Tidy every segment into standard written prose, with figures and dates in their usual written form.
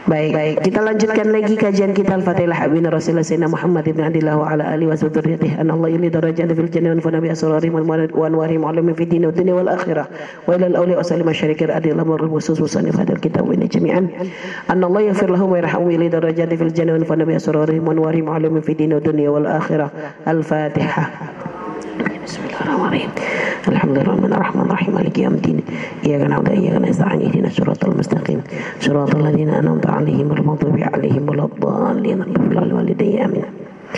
Baik, kita lanjutkan lagi kajian kita Al-Fatihah bin Rasulullah Sayyidina Muhammad ibn Abdillah wa ala alihi wa dzurriyyatihi an Allah yuli darajat fil jannah wa nabi asrari wa anwari mu'allimi fid din wa dunya wal akhirah wa ila al-awliya wa sallim syarikir adillah wa khusus musannif hadal kitab wa jami'an an Allah yaghfir lahum wa yarhamhum yuli darajat fil jannah wa nabi asrari wa anwari mu'allimi fid din wa dunya wal akhirah. Al-Fatihah. Bismillahirrahmanirrahim. Alhamdulillahirrahmanirrahim. Maliki yaumiddin. Iyyaka na'budu wa iyyaka nasta'in. Ihdinas siratal mustaqim. Siratal ladzina an'amta 'alaihim ghairil maghdubi 'alaihim waladdallin. Amin.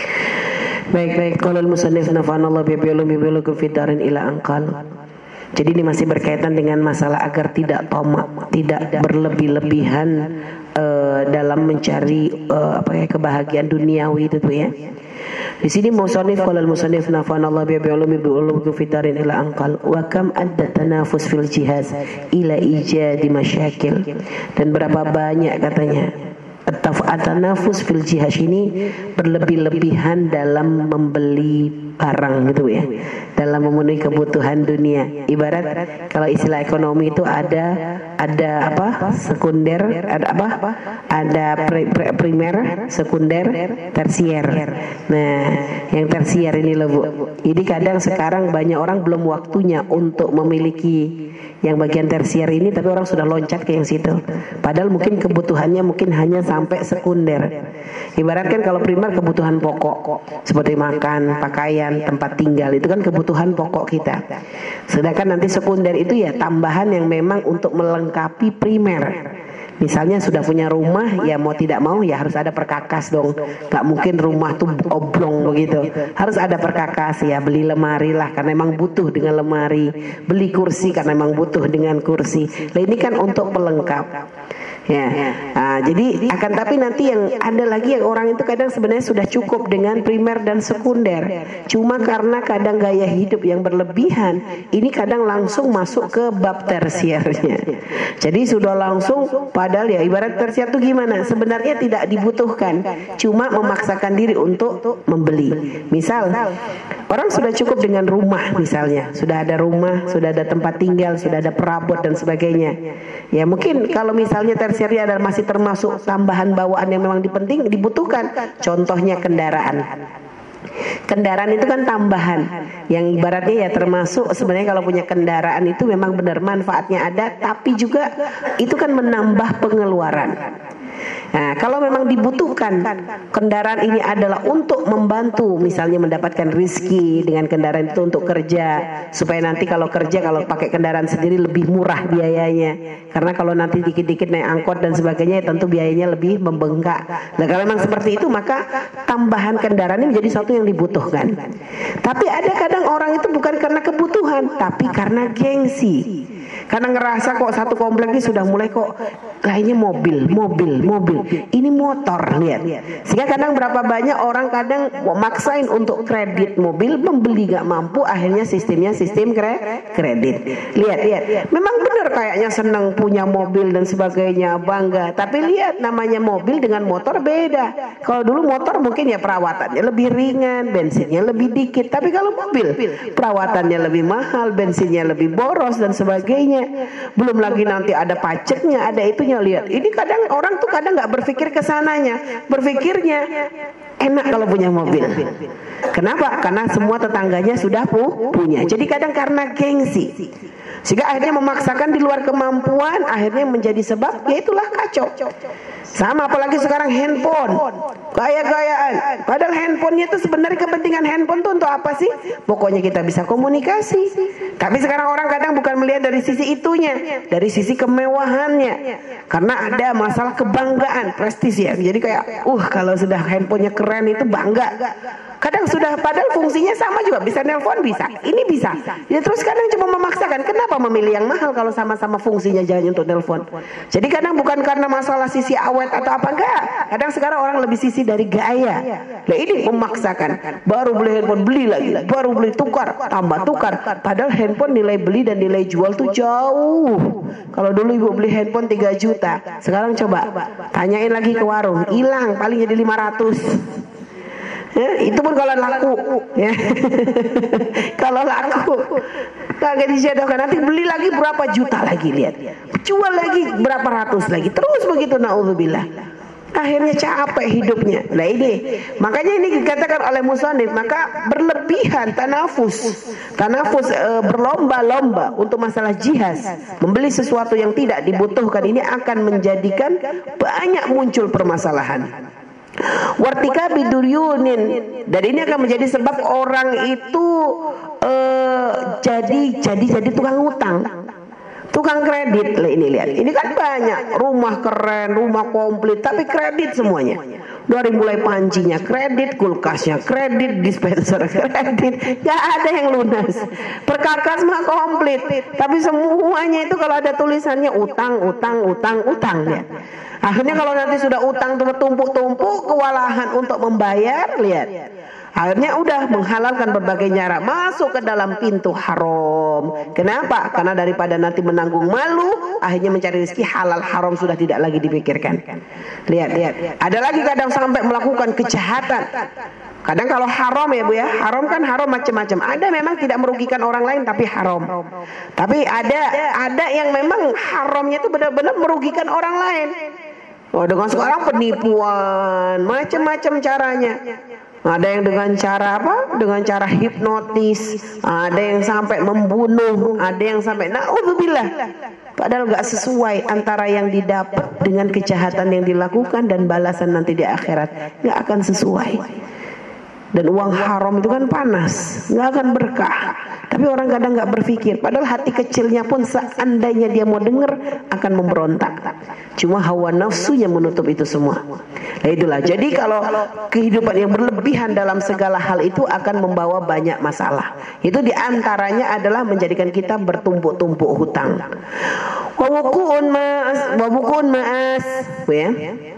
Baik. Qala al-musannif nafa'anallahu bi fitarin ila anqal. Jadi ini masih berkaitan dengan masalah agar tidak tamak, tidak berlebih-lebihan dalam mencari kebahagiaan duniawi itu tuh ya. Di sini musannif qala al-musannif nafa'anallahu bi fitarin ila anqal wa kam adda tanafus fil jihaz ila ijadi masyakil. Dan berapa banyak katanya tanafus fil jihaz ini berlebih-lebihan dalam membeli barang gitu ya, dalam memenuhi kebutuhan dunia. Ibarat kalau istilah ekonomi itu ada sekunder, ada primer, sekunder, tersier. Nah, yang tersier ini loh Bu. Jadi kadang sekarang banyak orang belum waktunya untuk memiliki yang bagian tersier ini, tapi orang sudah loncat ke yang situ. Padahal mungkin kebutuhannya hanya sampai sekunder. Ibaratkan kalau primer kebutuhan pokok seperti makan, pakaian, tempat tinggal, itu kan kebutuhan pokok kita. Sedangkan nanti sekunder itu ya tambahan yang memang untuk melengkapi primer. Misalnya sudah punya rumah, ya mau tidak mau ya harus ada perkakas dong. Gak mungkin rumah tuh oblong begitu. Harus ada perkakas ya, beli lemari lah karena memang butuh dengan lemari. Beli kursi karena memang butuh dengan kursi. Nah ini kan untuk pelengkap. Ya, jadi akan tapi nanti yang ada lagi yang orang itu kadang sebenarnya sudah cukup dengan primer dan sekunder. Cuma karena kadang gaya hidup yang berlebihan, ini kadang langsung masuk ke bab tersiernya. Jadi sudah langsung, padahal ya ibarat tersier itu gimana? Sebenarnya tidak dibutuhkan, cuma memaksakan diri untuk membeli. Misal orang sudah cukup dengan rumah misalnya, sudah ada rumah, sudah ada tempat tinggal, sudah ada perabot dan sebagainya. Ya mungkin kalau misalnya tersier adalah masih termasuk tambahan bawaan yang memang dibutuhkan. Contohnya kendaraan. Kendaraan itu kan tambahan yang ibaratnya ya termasuk sebenarnya kalau punya kendaraan itu memang benar manfaatnya ada, tapi juga itu kan menambah pengeluaran. Nah, kalau memang dibutuhkan kendaraan ini adalah untuk membantu misalnya mendapatkan rezeki dengan kendaraan itu untuk kerja, supaya nanti kalau kerja kalau pakai kendaraan sendiri lebih murah biayanya. Karena kalau nanti dikit-dikit naik angkot dan sebagainya tentu biayanya lebih membengkak. Nah, kalau memang seperti itu maka tambahan kendaraan ini menjadi sesuatu yang dibutuhkan. Tapi ada kadang orang itu bukan karena kebutuhan, tapi karena gengsi. Karena ngerasa kok satu komplek ini sudah mulai kok kayaknya mobil. Ini motor, lihat. Sehingga kadang berapa banyak orang kadang maksain untuk kredit mobil, membeli gak mampu, akhirnya sistemnya sistem kredit. Lihat. Memang benar kayaknya senang punya mobil dan sebagainya, bangga. Tapi lihat namanya mobil dengan motor beda. Kalau dulu motor mungkin ya perawatannya lebih ringan, bensinnya lebih dikit. Tapi kalau mobil perawatannya lebih mahal, bensinnya lebih boros dan sebagainya. Belum lagi nanti ada pajaknya, ada itunya. Lihat, ini kadang orang tuh kadang nggak berpikir ke sananya, berpikirnya enak kalau punya mobil. Kenapa? Karena semua tetangganya sudah punya. Jadi kadang karena gengsi, sehingga akhirnya memaksakan di luar kemampuan, akhirnya menjadi sebab ya itulah kacau. Sama apalagi sekarang handphone, gaya-gayaan. Padahal handphonenya itu sebenarnya kepentingan handphone itu untuk apa sih? Pokoknya kita bisa komunikasi. Tapi sekarang orang kadang bukan melihat dari sisi itunya, dari sisi kemewahannya. Karena ada masalah kebanggaan, prestis ya. Jadi kayak, kalau sudah handphonenya keren itu bangga. Kadang sudah padahal fungsinya sama juga, bisa nelpon bisa, ini bisa. Ya terus kadang cuma memaksakan. Kenapa memilih yang mahal kalau sama-sama fungsinya jangan untuk nelpon? Jadi kadang bukan karena masalah sisi awet atau apa, enggak. Kadang sekarang orang lebih sisi dari gaya. Nah ini memaksakan. Baru beli handphone beli lagi, baru beli tukar, tambah tukar. Padahal handphone nilai beli dan nilai jual tuh jauh. Kalau dulu ibu beli handphone 3 juta, sekarang coba tanyain lagi ke warung, hilang paling jadi 500. Ya, itu pun kalau laku, ya. Kalau laku, kagak dijodohkan, nanti beli lagi berapa juta lagi, lihat, jual lagi berapa ratus lagi, terus begitu, naudzubillah. Akhirnya capek hidupnya. Nah ini, makanya ini dikatakan oleh musannif, maka berlebihan tanafus berlomba-lomba untuk masalah jihaz, membeli sesuatu yang tidak dibutuhkan, ini akan menjadikan banyak muncul permasalahan. Wartika biduryunin, dan ini akan menjadi sebab orang itu jadi tukang utang, tukang kredit. Ini lihat, ini kan banyak rumah keren, rumah komplit, tapi kredit semuanya. Dari mulai pancinya kredit, kulkasnya kredit, dispenser kredit, gak ada yang lunas. Perkakas mah komplit, tapi semuanya itu kalau ada tulisannya utang ya. Akhirnya kalau nanti sudah utang bertumpuk-tumpuk, kewalahan untuk membayar, lihat. Akhirnya udah menghalalkan berbagai cara, masuk ke dalam pintu haram. Kenapa? Karena daripada nanti menanggung malu, akhirnya mencari rezeki halal, haram sudah tidak lagi dipikirkan. Lihat. Ada lagi kadang sampai melakukan kejahatan. Kadang kalau haram ya Bu ya, haram kan haram macam-macam. Ada memang tidak merugikan orang lain tapi haram. Tapi ada yang memang haramnya itu benar-benar merugikan orang lain. Oh, dengan sekarang penipuan, macam-macam caranya. Ada yang dengan cara apa? Dengan cara hipnotis. Ada yang sampai membunuh. Ada yang sampai naudzubillah. Padahal gak sesuai antara yang didapat dengan kejahatan yang dilakukan dan balasan nanti di akhirat. Gak akan sesuai. Dan uang haram itu kan panas, gak akan berkah. Tapi orang kadang gak berpikir, padahal hati kecilnya pun seandainya dia mau dengar akan memberontak. Cuma hawa nafsunya menutup itu semua. Nah itulah, jadi kalau kehidupan yang berlebihan dalam segala hal itu akan membawa banyak masalah. Itu diantaranya adalah menjadikan kita bertumpuk-tumpuk hutang. Wabukun maas, ya.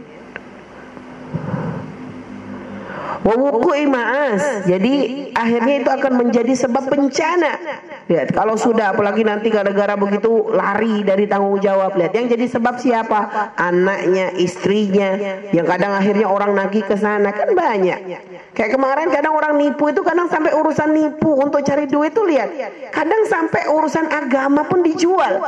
Wawuku'i ma'as. Jadi akhirnya itu akan menjadi sebab bencana. Lihat, kalau sudah apalagi nanti gara-gara begitu lari dari tanggung jawab. Lihat, yang jadi sebab siapa? Anaknya, istrinya. Yang kadang akhirnya orang nagih ke sana kan banyak. Kayak kemarin kadang orang nipu itu kadang sampai urusan nipu untuk cari duit itu lihat. Kadang sampai urusan agama pun dijual.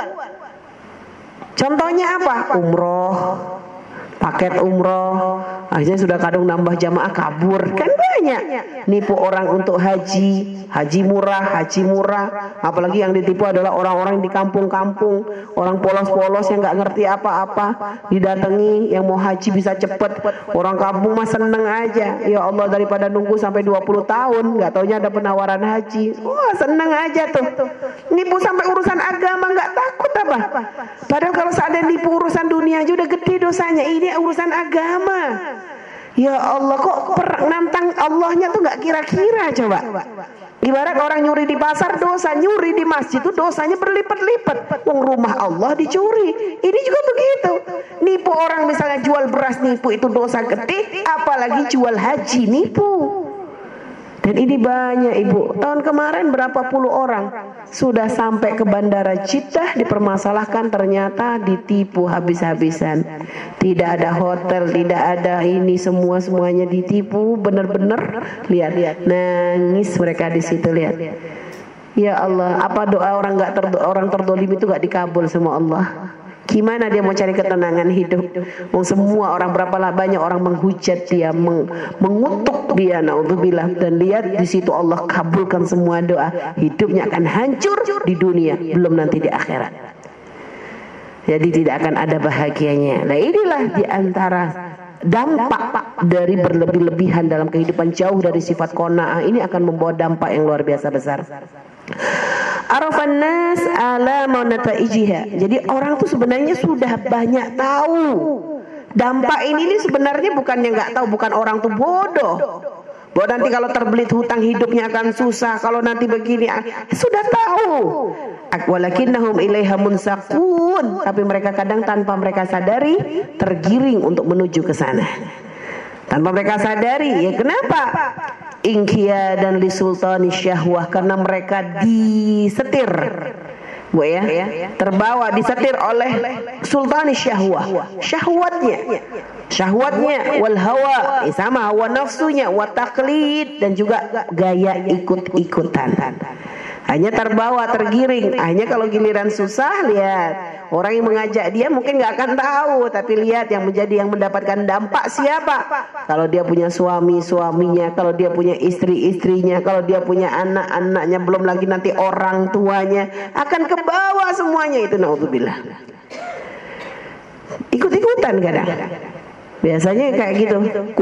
Contohnya apa? Umroh. Paket umroh, akhirnya sudah kadang nambah jamaah kabur, kan banyak. Nipu orang untuk haji murah, apalagi yang ditipu adalah orang-orang di kampung-kampung, orang polos-polos yang nggak ngerti apa-apa, didatangi yang mau haji bisa cepet, orang kampung mah seneng aja, ya Allah daripada nunggu sampai 20 tahun, nggak taunya ada penawaran haji, wah seneng aja tuh, nipu sampai urusan agama nggak takut apa? Padahal kalau seandainya nipu urusan dunia aja udah gede dosanya, ini urusan agama. Ya Allah, kok nantang Allahnya tuh nggak kira-kira coba. Ibarat orang nyuri di pasar dosa, nyuri di masjid itu dosanya berlipat-lipat. Wong rumah Allah dicuri. Ini juga begitu. Nipu orang misalnya jual beras nipu itu dosa gede, apalagi jual haji nipu. Dan ini banyak Ibu. Tahun kemarin berapa puluh orang sudah sampai ke bandara Jeddah dipermasalahkan, ternyata ditipu habis-habisan. Tidak ada hotel, tidak ada ini, semuanya ditipu benar-benar. Lihat, nangis mereka di situ, lihat. Ya Allah, apa doa orang terdolim itu gak dikabul sama Allah? Gimana dia mau cari ketenangan hidup? Semua orang, berapa banyak orang menghujat dia, mengutuk dia, naudzubillah. Dan lihat di situ Allah kabulkan semua doa. Hidupnya akan hancur di dunia, belum nanti di akhirat. Jadi tidak akan ada bahagianya. Nah inilah di antara dampak dari berlebih-lebihan dalam kehidupan, jauh dari sifat qanaah. Ini akan membawa dampak yang luar biasa besar. Arafan nas ala monataijiha. Jadi orang tuh sebenarnya sudah banyak tahu dampak ini sebenarnya, bukannya nggak tahu, bukan orang tuh bodoh. Bahwa nanti kalau terbelit hutang hidupnya akan susah, kalau nanti begini sudah tahu. Walakinnahum ilaiha munsaqun, tapi mereka kadang tanpa mereka sadari tergiring untuk menuju ke sana. Tanpa mereka sadari, ya kenapa? Ingkiya dan li sultani syahwah, karena mereka disetir, Bu ya, terbawa disetir oleh sultani syahwatnya wal hawa, sama hawa nafsunya, wa taqlid, dan juga gaya ikut-ikutan. Hanya terbawa, tergiring. Hanya kalau giliran susah, lihat orang yang mengajak dia mungkin nggak akan tahu, tapi lihat yang mendapatkan dampak siapa. Kalau dia punya suaminya, kalau dia punya istrinya, kalau dia punya anak-anaknya, belum lagi nanti orang tuanya akan ke bawah semuanya itu. Naudzubillah. Ikut-ikutan kadang. Biasanya kayak gitu,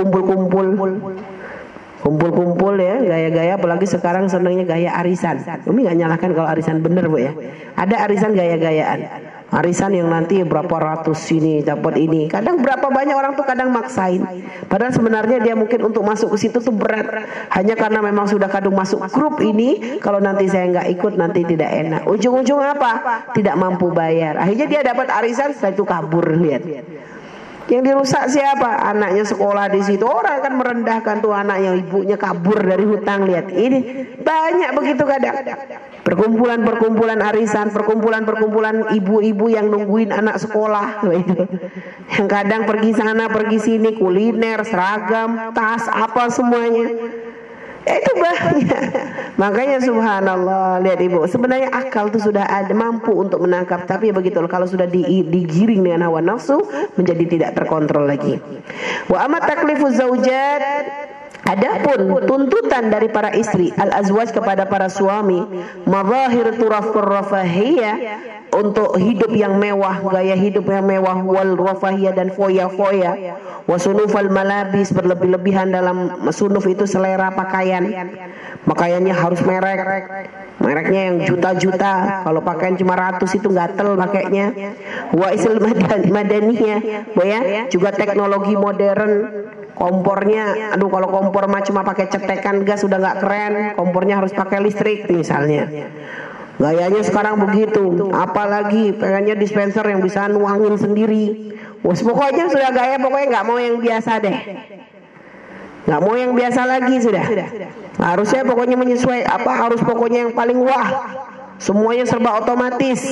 kumpul ya, gaya-gaya, apalagi sekarang senangnya gaya arisan. Umi nggak nyalahkan kalau arisan bener Bu ya. Ada arisan gaya-gayaan, arisan yang nanti berapa ratus ini dapat ini. Kadang berapa banyak orang tuh kadang maksain. Padahal sebenarnya dia mungkin untuk masuk ke situ tuh berat. Hanya karena memang sudah kadung masuk grup ini, kalau nanti saya nggak ikut nanti tidak enak. Ujung-ujung apa? Tidak mampu bayar. Akhirnya dia dapat arisan, setelah itu kabur, lihat. Yang dirusak siapa? Anaknya sekolah di situ. Orang akan merendahkan tuh anaknya, ibunya kabur dari hutang. Lihat, ini banyak begitu kadang. Perkumpulan arisan, perkumpulan ibu-ibu yang nungguin anak sekolah. Yang kadang pergi sana, pergi sini, kuliner, seragam, tas, apa semuanya. Itu banyak. Makanya subhanallah, lihat Ibu, sebenarnya akal itu sudah ada, mampu untuk menangkap, tapi begitu kalau sudah digiring dengan hawa nafsu menjadi tidak terkontrol lagi. Wa amat taklifuz zaujat, adapun tuntutan dari para istri al-azwaj kepada para suami, mazahir turafur rafahiyah, untuk hidup yang mewah, gaya hidup yang mewah, wal rafahiyah, dan foya-foya, wa sunufal malabis, berlebih-lebihan dalam sunuf itu selera pakaiannya harus mereknya yang juta-juta, kalau pakaian cuma ratus itu gatel pakainya. Wa isl madaniyah, ya, juga teknologi modern. Kompornya, aduh kalau kompor mah cuma pakai cetekan gas sudah nggak keren, kompornya harus pakai listrik misalnya. Gayanya sekarang begitu, apalagi pengennya dispenser yang bisa nuangin sendiri. Pokoknya sudah gaya, pokoknya nggak mau yang biasa deh, nggak mau yang biasa lagi sudah. Harusnya pokoknya menyesuai harus pokoknya yang paling wah, semuanya serba otomatis.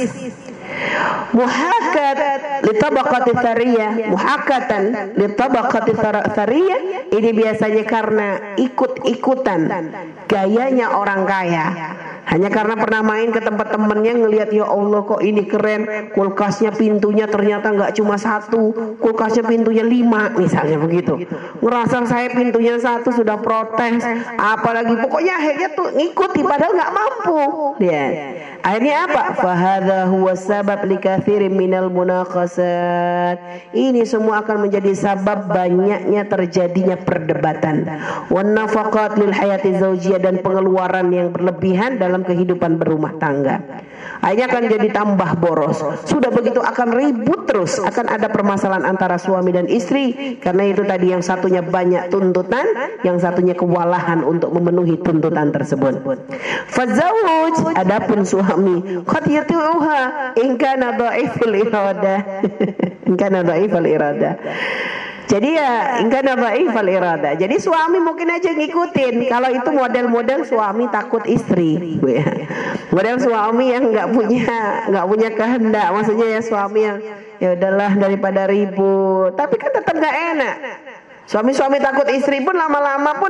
Muhakat litabaqati thariyah, muhakatan litabaqati thariyah, ini biasanya karena ikut-ikutan gayanya orang kaya. Hanya karena pernah main ke tempat temennya, ngelihat ya Allah kok ini keren, kulkasnya pintunya ternyata nggak cuma satu, kulkasnya pintunya 5 misalnya begitu. Ngerasa saya pintunya 1 sudah protes, apalagi pokoknya akhirnya tuh ngikuti padahal nggak mampu. Lihat, akhirnya apa? Fahadha huwa sabab likatsirin minal munaqasat. Ini semua akan menjadi sabab banyaknya terjadinya perdebatan. Wan nafaqat lil hayati zaujiyah, dan pengeluaran yang berlebihan dalam kehidupan berumah tangga. Akhirnya akan jadi tambah boros. Sudah begitu akan ribut terus, akan ada permasalahan antara suami dan istri. Karena itu tadi, yang satunya banyak tuntutan, yang satunya kewalahan untuk memenuhi tuntutan tersebut. Fazawuj, adapun suami, qad yuti'uha in kana dha'iful iradah. In kana dha'iful iradah. Jadi ya enggak dhaifal irada. Jadi suami mungkin aja ngikutin. Kalau itu model-model suami takut istri, model suami yang nggak punya kehendak. Maksudnya ya suami yang ya udahlah daripada ribut. Tapi kan tetap nggak enak. Suami-suami takut istri pun lama-lama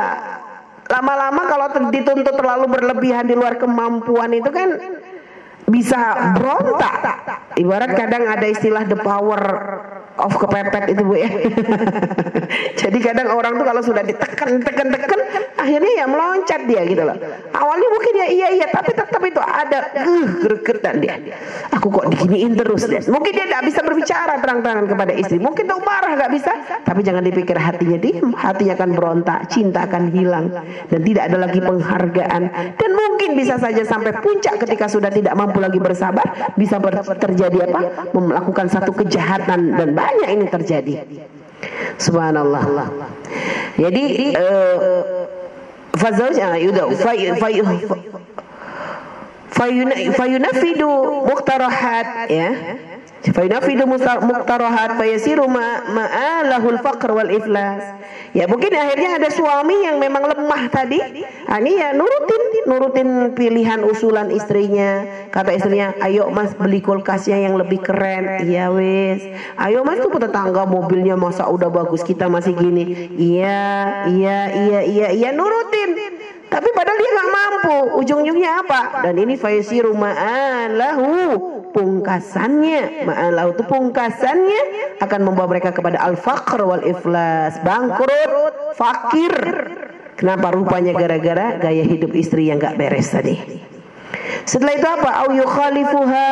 kalau dituntut terlalu berlebihan di luar kemampuan itu kan bisa berontak. Ibarat kadang ada istilah the power of kepepet itu Bu ya. Jadi kadang orang tuh kalau sudah ditekan akhirnya ya meloncat dia gitu loh. Awalnya mungkin ya iya tapi tetap itu ada gregetan dia. Aku kok diginiin terus deh. Mungkin dia tidak bisa berbicara terang-terangan kepada istri. Mungkin tuh marah nggak bisa. Tapi jangan dipikir hatinya diam. Hatinya akan berontak, cinta akan hilang, dan tidak ada lagi penghargaan. Dan mungkin bisa saja sampai puncak ketika sudah tidak mampu lagi bersabar, bisa terjadi apa? Melakukan satu kejahatan, dan banyak ini terjadi. Subhanallah. Jadi fazauj fayunafidu muqtarahat, ya. Fainafidu muqtarahat fayasiru ma'alahul faqr wal iflas. Ya mungkin akhirnya ada suami yang memang lemah tadi, ini ya nurutin pilihan usulan istrinya. Kata istrinya, ayo mas beli kulkasnya yang lebih keren. Iya wes, ayo mas tuh tetangga mobilnya masa udah bagus, kita masih gini. Iya nurutin. Tapi padahal dia nggak mampu. Ujung-ujungnya apa? Dan ini fayasiru ma'alahu, pungkasannya ma'alahu itu pungkasannya akan membawa mereka kepada al-faqr wal iflas, bangkrut, fakir. Kenapa? Rupanya gara-gara gaya hidup istri yang nggak beres tadi. Setelah itu apa? Au yukhalifuha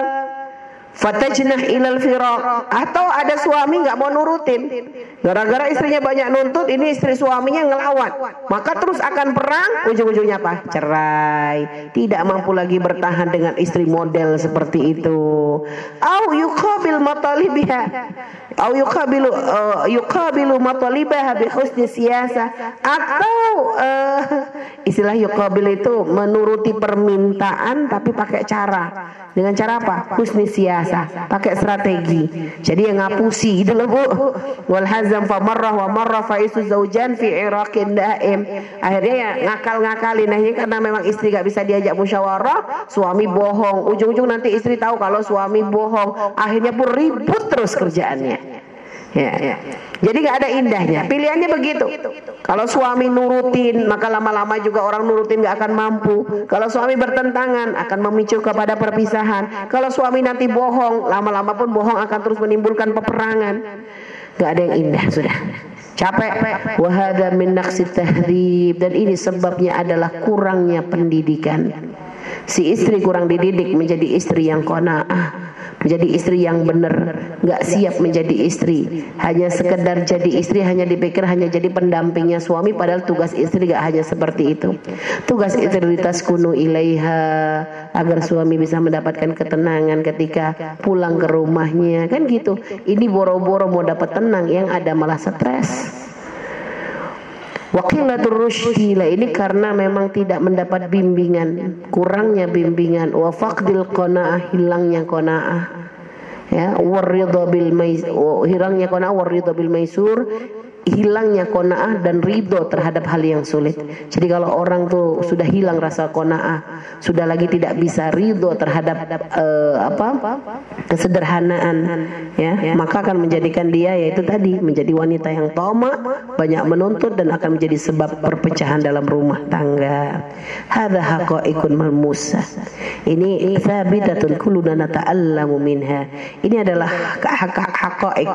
fatajnah ilal firaq, atau ada suami nggak mau nurutin gara-gara istrinya banyak nuntut, ini istri suaminya ngelawan, maka terus akan perang, ujung-ujungnya apa? Cerai, tidak mampu lagi bertahan dengan istri model seperti itu. Au yuqabil matalibiha, au yuqabilu matalibaha bi husni siyasa, atau istilah yuqabil itu menuruti permintaan tapi pakai cara, dengan cara apa? Husni siyasa, pakai strategi. Jadi yang ngapusi gitu loh Bu. Wal hazam fa marrah wa marrah fa isu zaujan fi iraqin daim. Akhirnya ya ngakal-ngakalin. Nah, ini karena memang istri gak bisa diajak musyawarah, suami bohong. Ujung-ujung nanti istri tahu kalau suami bohong, akhirnya pun ribut terus kerjaannya. Ya. Jadi gak ada indahnya. Pilihannya begitu. Kalau suami nurutin, maka lama-lama juga orang nurutin gak akan mampu. Kalau suami bertentangan, akan memicu kepada perpisahan. Kalau suami nanti bohong, lama-lama pun bohong akan terus menimbulkan peperangan. Gak ada yang indah sudah. Capek. Wahada min naqsit tahdhib, dan ini sebabnya adalah kurangnya pendidikan. Si istri kurang dididik menjadi istri yang qanaah, menjadi istri yang benar, nggak siap menjadi istri, hanya sekedar jadi istri, hanya dipikir hanya jadi pendampingnya suami, padahal tugas istri nggak hanya seperti itu. Tugas istri taskunu ilaiha, agar suami bisa mendapatkan ketenangan ketika pulang ke rumahnya, kan gitu. Ini boro-boro mau dapat tenang, yang ada malah stres. Waqilatur rusydi, ini karena memang tidak mendapat bimbingan, kurangnya bimbingan. Wa faqdil qanaah, hilangnya qanaah. Ya, waridha bil maisur, hilangnya qanaah, waridha bil maisur, hilangnya qanaah dan ridho terhadap hal yang sulit. Jadi kalau orang tuh sudah hilang rasa qanaah, sudah lagi tidak bisa ridho terhadap kesederhanaan, ya, maka akan menjadikan dia yaitu tadi menjadi wanita yang tamak, banyak menuntut, dan akan menjadi sebab perpecahan dalam rumah tangga. Hadza haqa'iqun malmusah. Ini tsabitatun kulluna nata'allamu minha. Ini adalah haqa'iq,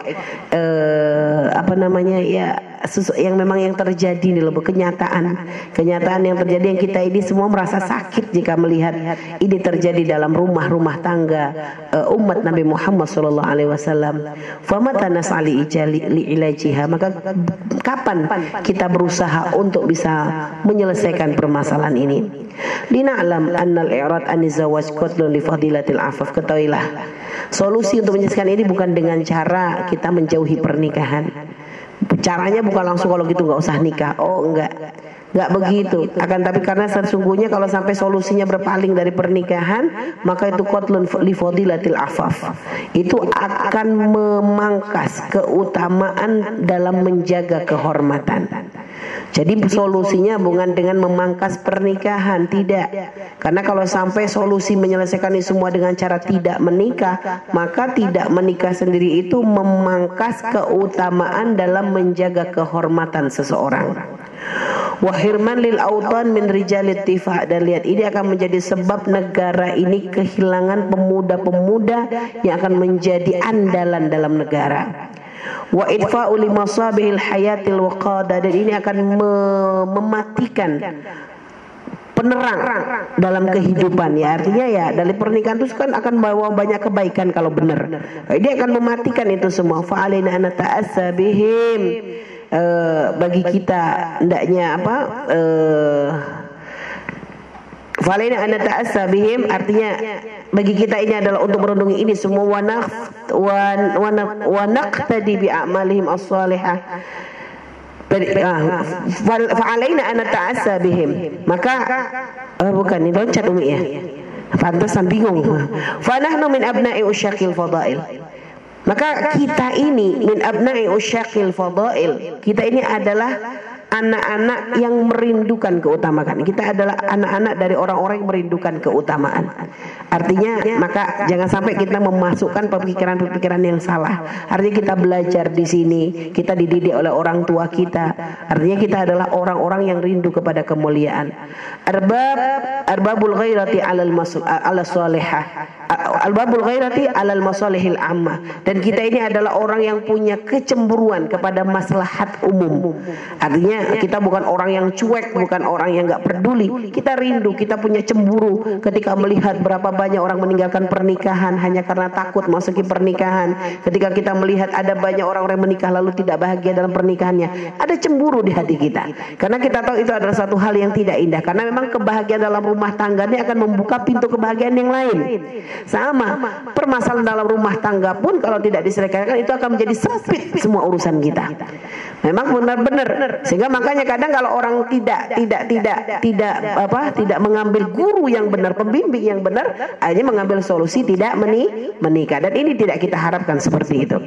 yang memang yang terjadi nih loh, kenyataan yang terjadi, yang kita ini semua merasa sakit jika melihat ini terjadi dalam rumah tangga umat Nabi Muhammad sallallahu alaihi wasallam. Famata nas'ali ilajiha, maka kapan kita berusaha untuk bisa menyelesaikan permasalahan ini? Lina'lam annal i'rad an zawaj qatlun li fadilatil afaf. Ketahuilah, solusi untuk menyelesaikan ini bukan dengan cara kita menjauhi pernikahan. Caranya bukan langsung kalau gitu nggak usah nikah. Oh enggak begitu. Akan tapi karena sesungguhnya kalau sampai solusinya berpaling dari pernikahan, maka itu qatlun li fadilatil afaf. Itu akan memangkas keutamaan dalam menjaga kehormatan. Jadi solusinya bukan dengan memangkas pernikahan, tidak. Karena kalau sampai solusi menyelesaikan ini semua dengan cara tidak menikah, maka tidak menikah sendiri itu memangkas keutamaan dalam menjaga kehormatan seseorang. Wahirman lil autan min rijalit tifa, dan lihat ini akan menjadi sebab negara ini kehilangan pemuda-pemuda yang akan menjadi andalan dalam negara. Wa idfa'u limasabihil hayatil waqada, dan ini akan mematikan penerang dalam kehidupan, ya. Artinya ya dari pernikahan itu kan akan bawa banyak kebaikan kalau benar. Dia akan mematikan itu semua. Fa'alaina an nata'assa bihim, bagi kita hendaknya fa'alaina an nata'assa bihim, artinya bagi kita ini adalah untuk merundungi ini semua. Wa naqtadi bi a'malihim as-salihah. Fa'alaina an nata'assa bihim, maka bukan ini loncat Umi ya. Pantesan bingung. Fanahnu min abna'i usyaqil fadail. Maka kita ini min abna'i usyaqil fadail. Kita ini adalah anak-anak yang merindukan keutamaan. Kita adalah anak-anak dari orang-orang yang merindukan keutamaan. Artinya, maka jangan sampai kita memasukkan pemikiran-pemikiran yang salah. Artinya kita belajar di sini, kita dididik oleh orang tua kita. Artinya kita adalah orang-orang yang rindu kepada kemuliaan. Arbabul ghairati 'ala salihah. Arbabul ghairati 'alal masalihil ammah. Dan kita ini adalah orang yang punya kecemburuan kepada maslahat umum. Artinya kita bukan orang yang cuek, bukan orang yang gak peduli. Kita rindu, kita punya cemburu ketika melihat berapa banyak orang meninggalkan pernikahan hanya karena takut masuki pernikahan. Ketika kita melihat ada banyak orang-orang yang menikah lalu tidak bahagia dalam pernikahannya, ada cemburu di hati kita. Karena kita tahu itu adalah satu hal yang tidak indah. Karena memang kebahagiaan dalam rumah tangga ini akan membuka pintu kebahagiaan yang lain. Sama, permasalahan dalam rumah tangga pun kalau tidak diselesaikan itu akan menjadi sempit semua urusan kita. Memang benar-benar. Sehingga makanya kadang kalau orang tidak mengambil guru yang benar, pembimbing yang benar, akhirnya mengambil solusi tidak menikah. Dan ini tidak kita harapkan seperti itu.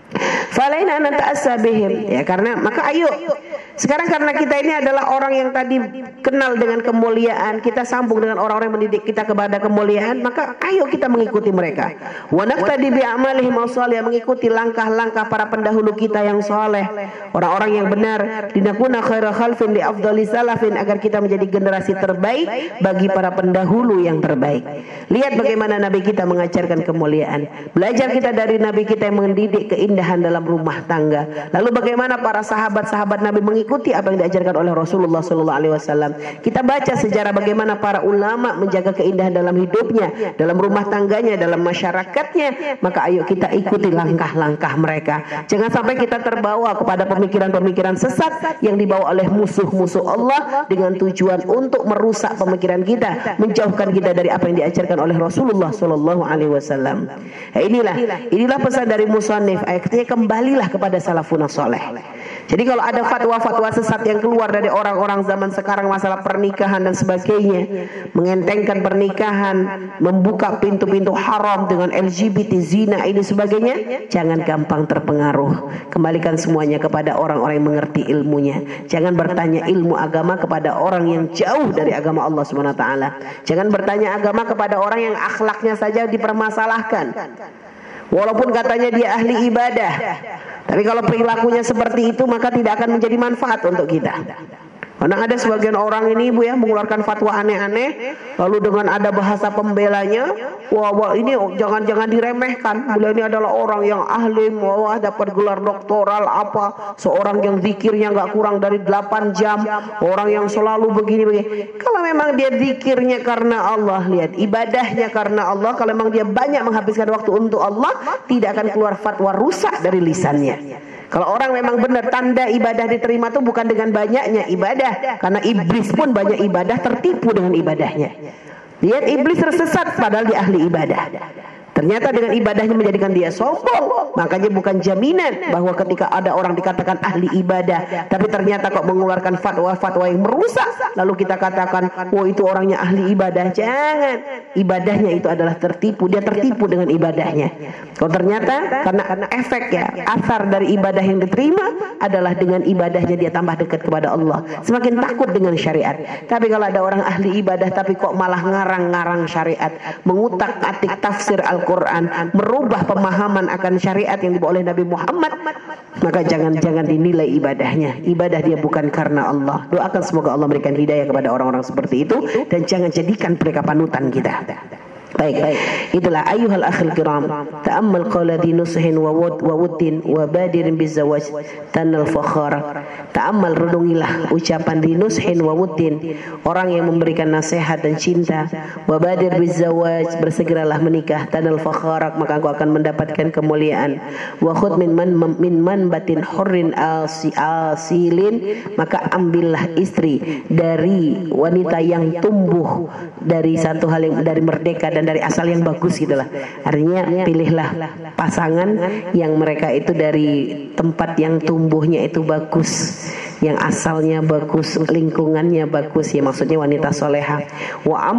Falaina an ta'assa bihim, ya, karena maka ayo sekarang karena kita ini adalah orang yang tadi kenal dengan kemuliaan, kita sambung dengan orang-orang yang mendidik kita kepada kemuliaan, maka ayo kita mengikuti mereka. Wa naqtadi bi amalihim as-salih, mengikuti langkah-langkah para pendahulu kita yang saleh, orang-orang yang benar, linakuna khaira khalfin li afdali salafin, agar kita menjadi generasi terbaik bagi para pendahulu yang terbaik. Lihat bagaimana Nabi kita mengajarkan kemuliaan. Belajar kita dari Nabi kita yang mendidik keindahan dalam rumah tangga. Lalu bagaimana para sahabat-sahabat Nabi mengikuti apa yang diajarkan oleh Rasulullah SAW. Kita baca sejarah bagaimana para ulama menjaga keindahan dalam hidupnya, dalam rumah tangganya, dalam masyarakatnya. Maka ayo kita ikuti langkah-langkah mereka. Jangan sampai kita terbawa kepada pemikiran-pemikiran sesat yang dibawa oleh musuh-musuh Allah dengan tujuan untuk merusak pemikiran kita, menjauhkan kita dari apa yang diajarkan oleh Rasulullah SAW. Nah, inilah pesan dari musannif. Artinya kembalilah kepada salafun saleh. Jadi kalau ada fatwa-fatwa sesat yang keluar dari orang-orang zaman sekarang masalah pernikahan dan sebagainya, mengentengkan pernikahan, membuka pintu-pintu haram dengan LGBT, zina, ini sebagainya, jangan gampang terpengaruh. Kembalikan semuanya kepada orang-orang yang mengerti ilmunya. Jangan bertanya ilmu agama kepada orang yang jauh dari agama Allah SWT. Jangan bertanya agama kepada orang yang akhlaknya saja dipermasalahkan. Walaupun katanya dia ahli ibadah, tapi kalau perilakunya seperti itu maka tidak akan menjadi manfaat untuk kita. Karena ada sebagian orang ini ibu ya mengeluarkan fatwa aneh-aneh, lalu dengan ada bahasa pembelanya, wah ini jangan diremehkan. Beliau ini adalah orang yang ahli, wah dapat gelar doktoral apa, seorang yang zikirnya nggak kurang dari 8 jam, orang yang selalu begini. Kalau memang dia zikirnya karena Allah, lihat ibadahnya karena Allah, kalau memang dia banyak menghabiskan waktu untuk Allah, tidak akan keluar fatwa rusak dari lisannya. Kalau orang memang benar, tanda ibadah diterima itu bukan dengan banyaknya ibadah, karena iblis pun banyak ibadah tertipu dengan ibadahnya. Lihat iblis tersesat padahal dia ahli ibadah. Ternyata dengan ibadahnya menjadikan dia sombong. Makanya bukan jaminan bahwa ketika ada orang dikatakan ahli ibadah, tapi ternyata kok mengeluarkan fatwa-fatwa yang merusak, lalu kita katakan, oh itu orangnya ahli ibadah. Jangan. Ibadahnya itu adalah tertipu. Dia tertipu dengan ibadahnya. Kalau ternyata karena efek ya, asar dari ibadah yang diterima adalah dengan ibadahnya dia tambah dekat kepada Allah. Semakin takut dengan syariat. Tapi kalau ada orang ahli ibadah tapi kok malah ngarang-ngarang syariat, mengutak-atik tafsir Al-Quran, merubah pemahaman akan syariat yang dibawa oleh Nabi Muhammad, maka jangan dinilai ibadahnya. Ibadah dia bukan karena Allah. Doakan semoga Allah memberikan hidayah kepada orang-orang seperti itu, dan jangan jadikan mereka panutan kita. Baik. Itulah ayuhal akhil kiram, ta'ammal qawla di nushin wa wuddin wa badirin bizawaj tanal fakhar. Ta'ammal, renungilah ucapan di nushin wa wuddin, orang yang memberikan nasihat dan cinta, wa badir bizawaj, bersegeralah menikah, tanal fakhar, maka engkau akan mendapatkan kemuliaan. Wa khud min manbatin hurrin asilin, maka ambillah istri dari wanita yang tumbuh dari satu hal yang dari merdeka dan dari asal yang bagus gitulah. Artinya pilihlah pasangan yang mereka itu dari tempat yang tumbuhnya itu bagus. yang asalnya bagus, lingkungannya bagus, ya maksudnya wanita soleha. Wa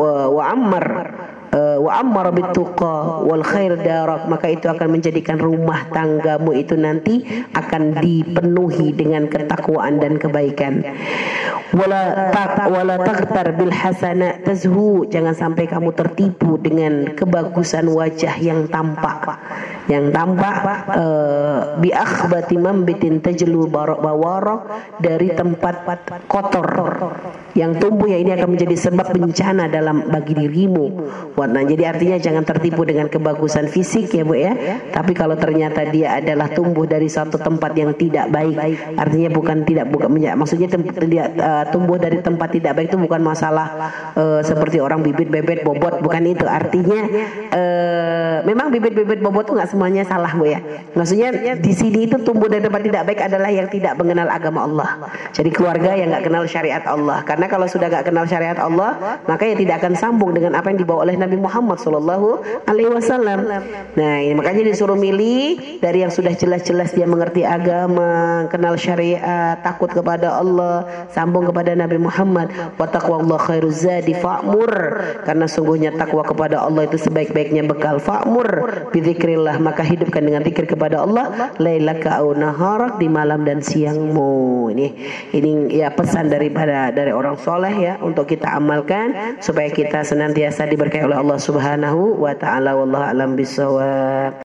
ammar bituqa wal khair darak, maka itu akan menjadikan rumah tanggamu itu nanti akan dipenuhi dengan ketakwaan dan kebaikan. Wala taghtar bil hasana tazhu, jangan sampai kamu tertipu dengan kebagusan wajah yang tampak. Yang tampak bi akhbati mambitin tajlu bawarak, dari tempat kotor yang tumbuh, ya ini akan menjadi sebab bencana dalam bagi dirimu. Nah, jadi artinya jangan tertipu dengan kebagusan fisik ya Bu ya. Tapi kalau ternyata dia adalah tumbuh dari satu tempat yang tidak baik, artinya bukan maksudnya dia tumbuh dari tempat tidak baik itu bukan masalah seperti orang bibit bebet bobot, bukan itu. Artinya memang bibit-bibit bobot itu nggak semuanya salah Bu ya. Maksudnya di sini itu tumbuh dari tempat tidak baik adalah yang tidak mengenal agama Allah. Jadi keluarga yang nggak kenal syariat Allah. Karena kalau sudah nggak kenal syariat Allah, maka ya tidak akan sambung dengan apa yang dibawa oleh Nabi Muhammad Sallallahu Alaihi Wasallam. Nah, ini makanya disuruh milih dari yang sudah jelas-jelas dia mengerti agama, kenal syariat, takut kepada Allah, sambung kepada Nabi Muhammad. Wa taqwallahu khairuz zadi fa'mur, karena sungguhnya takwa kepada Allah itu sebaik-baiknya bekal. Fa'mur bidzikrillah, maka hidupkan dengan zikir kepada Allah, lailaka au naharak, di malam dan siangmu. Ini ya pesan dari orang soleh ya, untuk kita amalkan supaya kita senantiasa diberkahi oleh Allah Subhanahu wa taala. Wallahu a'lam bishawab.